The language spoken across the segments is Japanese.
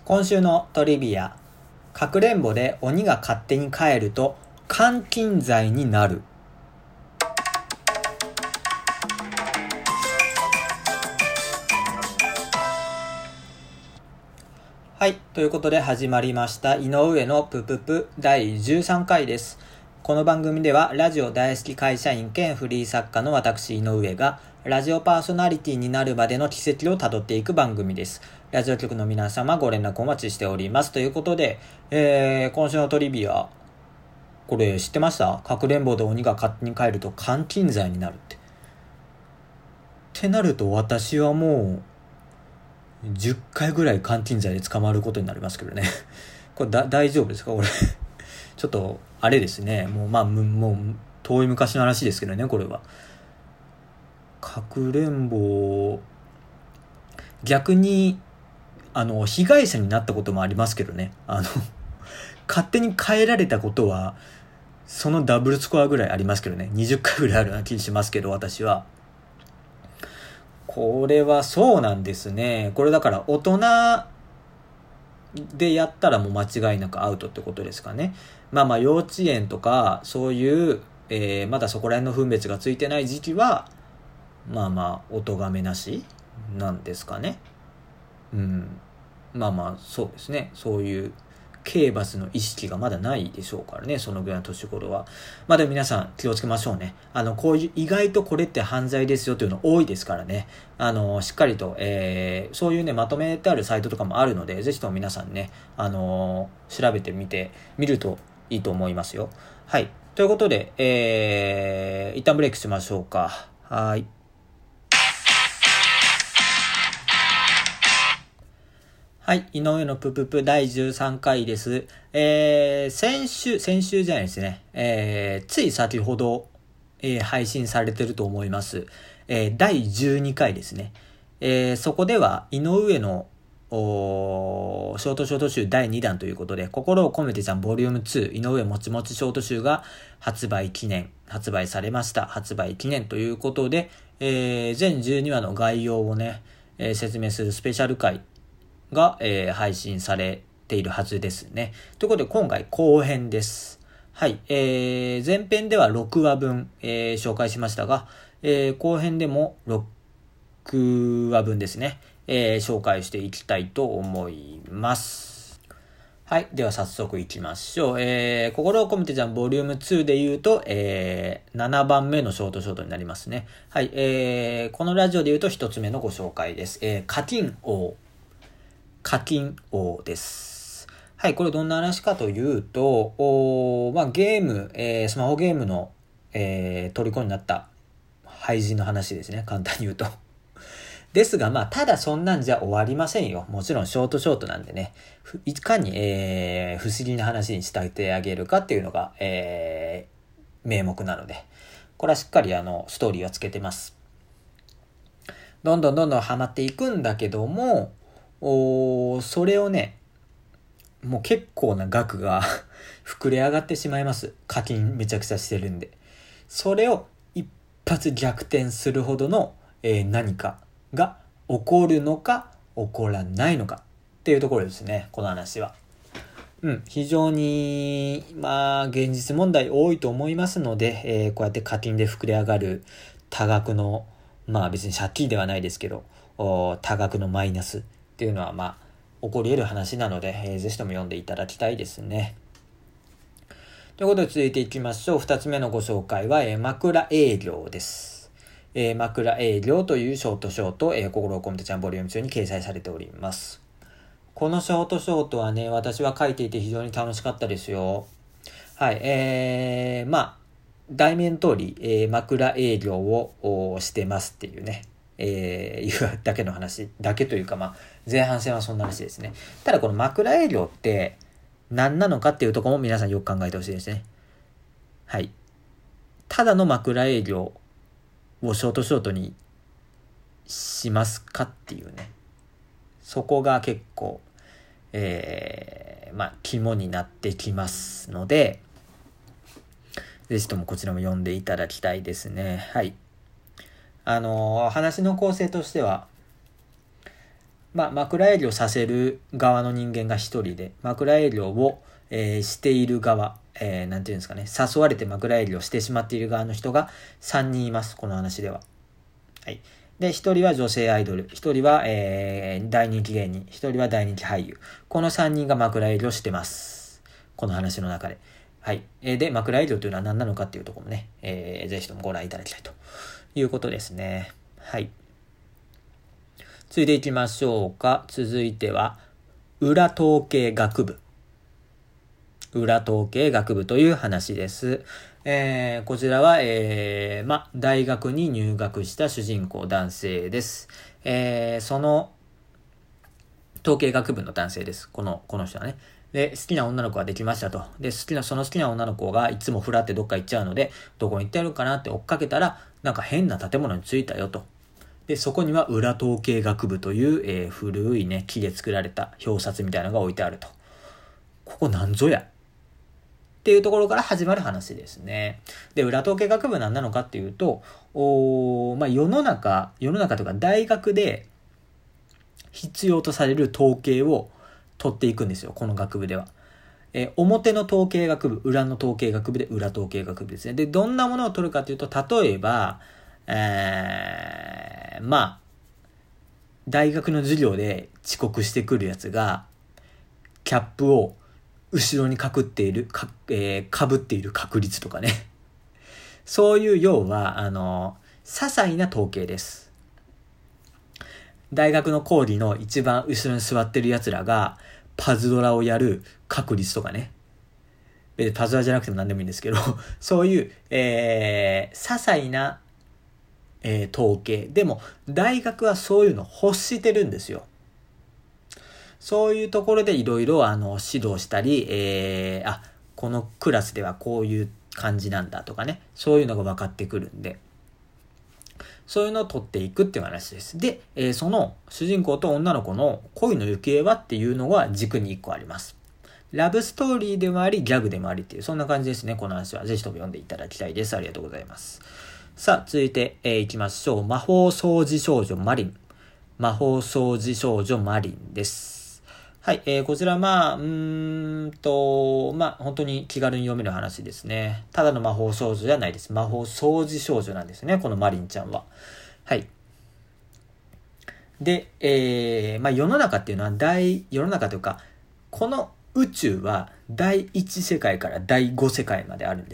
今週のトリビア、かくれんぼで鬼が勝手に帰ると監禁罪になる。はい、ということで始まりました井上のぷぷぷ第13回です。この番組ではラジオ大好き会社員兼フリー作家の私井上がラジオパーソナリティになるまでの軌跡をたどっていく番組です。ラジオ局の皆様ご連絡お待ちしております。ということで、今週のトリビア、これ知ってました？かくれんぼで鬼が勝手に帰ると監禁罪になるって。ってなると私はもう10回ぐらい監禁罪で捕まることになりますけどね。これ大丈夫ですか？これちょっとあれですね。もう遠い昔の話ですけどね、これは。かくれんぼ、逆に被害者になったこともありますけどね。勝手に変えられたことはそのダブルスコアぐらいありますけどね。20回ぐらいあるような気がしますけど、私は。これはそうなんですね。これだから大人でやったらもう間違いなくアウトってことですかね。幼稚園とかそういう、まだそこら辺の分別がついてない時期はお咎めなしなんですかね。そうですね。そういう刑罰の意識がまだないでしょうからね、そのぐらいの年頃は。でも皆さん気をつけましょうね。こういう意外とこれって犯罪ですよというの多いですからね。しっかりと、そういうね、まとめてあるサイトとかもあるので、ぜひとも皆さんね、調べてみるといいと思いますよ。はい。ということで、一旦ブレイクしましょうか。はい。はい。井上のぷぷぷ第13回です。先週じゃないですね。つい先ほど、配信されてると思います。第12回ですね。そこでは、井上のショート集第2弾ということで、心を込めてちゃんボリューム2、井上もちもちショート集が発売されました。発売記念ということで、全12話の概要をね、説明するスペシャル回が、配信されているはずですね。ということで今回後編です。はい。前編では6話分、紹介しましたが、後編でも6話分ですね、紹介していきたいと思います。はい。では早速いきましょう。心を込めてじゃんボリューム2で言うと、7番目のショートになりますね。はい。このラジオで言うと1つ目のご紹介です。課金王です。はい、これどんな話かというと、ゲーム、スマホゲームの、虜になった廃人の話ですね、簡単に言うと。ですが、ただそんなんじゃ終わりませんよ。もちろんショートなんでね、いかに、不思議な話に仕立て上げるかっていうのが、名目なので、これはしっかりストーリーはつけてます。どんどんハマっていくんだけども、それをね、もう結構な額が膨れ上がってしまいます。課金めちゃくちゃしてるんで。それを一発逆転するほどの、何かが起こるのか起こらないのかっていうところですね、この話は。非常に、現実問題多いと思いますので、こうやって課金で膨れ上がる多額の、別に借金ではないですけど、多額のマイナスっていうのは起こり得る話なので、ぜひとも読んでいただきたいですね。ということで続いていきましょう。2つ目のご紹介は、枕営業です。枕営業というショート、心を込めてちゃんボリューム2に掲載されております。このショートはね、私は書いていて非常に楽しかったですよ。はい、題名の通り、枕営業をしてますっていうね。いうだけの話だけというか前半戦はそんな話ですね。ただこの枕営業って何なのかっていうところも皆さんよく考えてほしいですね。はい。ただの枕営業をショートにしますかっていうね。そこが結構肝になってきますので、ぜひともこちらも読んでいただきたいですね。はい。話の構成としては、 枕営業させる側の人間が一人で、枕営業を、している側、なんていうんですかね、誘われて枕営業してしまっている側の人が3人います、この話では。はい。で、一人は女性アイドル、一人は、大人気芸人、一人は大人気俳優。この3人が枕営業してます。この話の中で。はい。で、枕営業というのは何なのかっていうところもね、ぜひともご覧いただきたいということですね。はい。続いていきましょうか。続いては、裏統計学部。裏統計学部という話です。こちらは、大学に入学した主人公男性です。その統計学部の男性です。この人はね。で、好きな女の子ができましたと。で、その好きな女の子がいつもフラってどっか行っちゃうので、どこに行ってやるかなって追っかけたら、なんか変な建物に着いたよと。で、そこには裏統計学部という、古いね、木で作られた表札みたいなのが置いてあると。ここなんぞやっていうところから始まる話ですね。で、裏統計学部何なのかっていうと、世の中というか大学で必要とされる統計を取っていくんですよ、この学部では。表の統計学部、裏の統計学部で裏統計学部ですね。で、どんなものを取るかというと、例えば、大学の授業で遅刻してくるやつが、キャップを後ろに被っている確率とかね。そういう要は、些細な統計です。大学の講義の一番後ろに座ってる奴らが、パズドラをやる確率とかね。パズドラじゃなくても何でもいいんですけど、そういう、些細な、統計。でも、大学はそういうの欲してるんですよ。そういうところでいろいろ指導したり、このクラスではこういう感じなんだとかね、そういうのが分かってくるんで、そういうのを取っていくっていう話です。で、その主人公と女の子の恋の行方はっていうのが軸に1個あります。ラブストーリーでもあり、ギャグでもありっていう、そんな感じですね、この話は。ぜひとも読んでいただきたいです。ありがとうございます。さあ、続いて、いきましょう。魔法掃除少女マリン。魔法掃除少女マリンです。はい、こちら本当に気軽に読める話ですね。ただの魔法少女じゃないです。魔法掃除少女なんですね、このマリンちゃんは。はい。で、世の中っていうのは世の中というか、この宇宙は第1世界から第5世界まであるんです。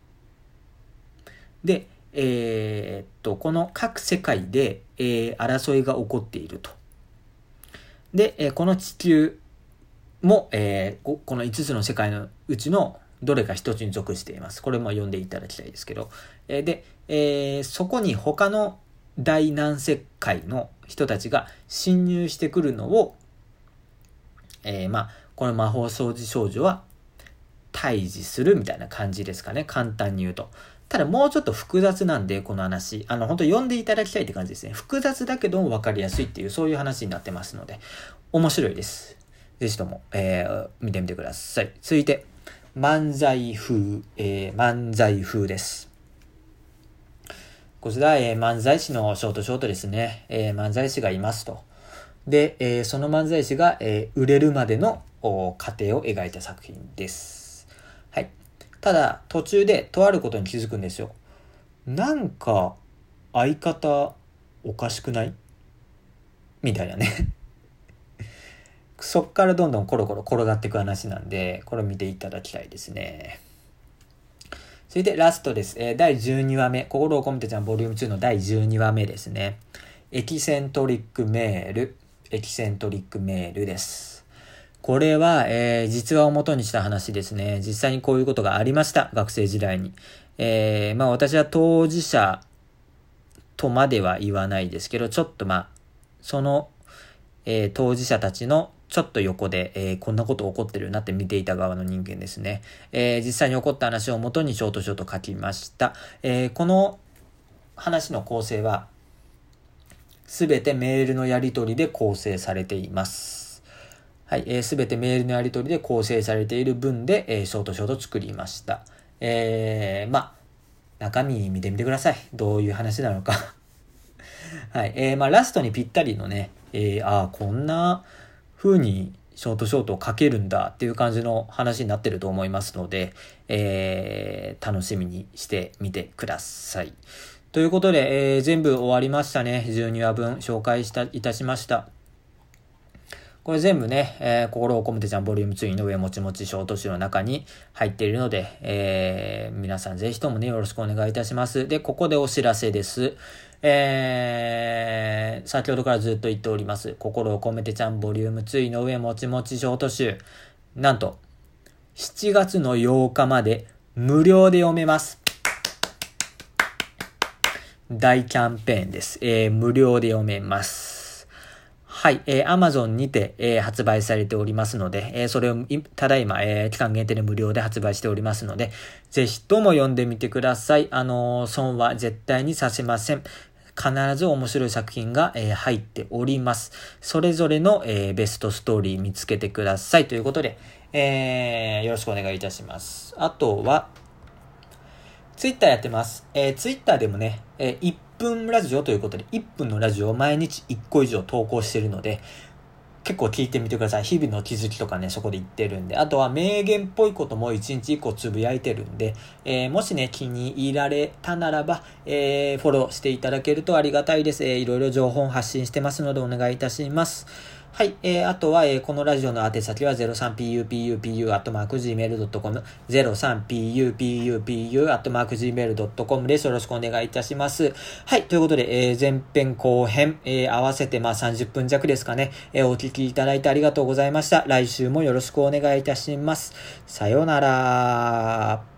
で、この各世界で、争いが起こっていると。で、この地球も、この5つの世界のうちのどれか一つに属しています。これも読んでいただきたいですけど。で、そこに他の第何世界の人たちが侵入してくるのを、この魔法掃除少女は退治するみたいな感じですかね。簡単に言うと。ただもうちょっと複雑なんで、この話。本当読んでいただきたいって感じですね。複雑だけども分かりやすいっていう、そういう話になってますので、面白いです。ぜひとも、見てみてください。続いて、漫才風です。こちら、漫才師のショートですね。漫才師がいますと。で、その漫才師が、売れるまでの過程を描いた作品です。はい。ただ、途中でとあることに気づくんですよ。なんか、相方、おかしくないみたいなね。そっからどんどんコロコロ転がっていく話なんで、これを見ていただきたいですね。それでラストです。第12話目。心を込めてちゃんボリューム2の第12話目ですね。エキセントリックメールです。これは、実話を元にした話ですね。実際にこういうことがありました。学生時代に。私は当事者とまでは言わないですけど、ちょっとその、当事者たちのちょっと横で、こんなこと起こってるなって見ていた側の人間ですね。実際に起こった話を元にショート書きました。この話の構成は、すべてメールのやり取りで構成されています。はい、すべてメールのやり取りで構成されている文で、ショート作りました。中身見てみてください。どういう話なのか。はい、ラストにぴったりのね、 こんな風にショートを書けるんだっていう感じの話になってると思いますので、楽しみにしてみてください。ということで、全部終わりましたね。12話分紹介いたしました。これ全部ね、心を込めてちゃんボリューム2の上もちもちショート集の中に入っているので、皆さんぜひともね、よろしくお願いいたします。で、ここでお知らせです。先ほどからずっと言っております、心を込めてちゃんボリューム2の上もちもちショート集。なんと、7月の8日まで無料で読めます。大キャンペーンです。無料で読めます。はい、Amazon にて、発売されておりますので、それをただいま、期間限定で無料で発売しておりますので、ぜひとも読んでみてください。損は絶対にさせません。必ず面白い作品が、入っております。それぞれの、ベストストーリー見つけてくださいということで、よろしくお願いいたします。あとは、ツイッターやってます。ツイッターでもね、1分ラジオということで、1分のラジオを毎日1個以上投稿してるので、結構聞いてみてください。日々の気づきとかね、そこで言ってるんで。あとは名言っぽいことも1日1個つぶやいてるんで、もしね、気に入られたならば、フォローしていただけるとありがたいです。いろいろ情報を発信してますのでお願いいたします。はい。あとは、このラジオの宛先は 03pupupu@gmail.com 03pupupu@gmail.com です。よろしくお願いいたします。はい。ということで、前編後編、合わせて30分弱ですかね、お聞きいただいてありがとうございました。来週もよろしくお願いいたします。さようなら。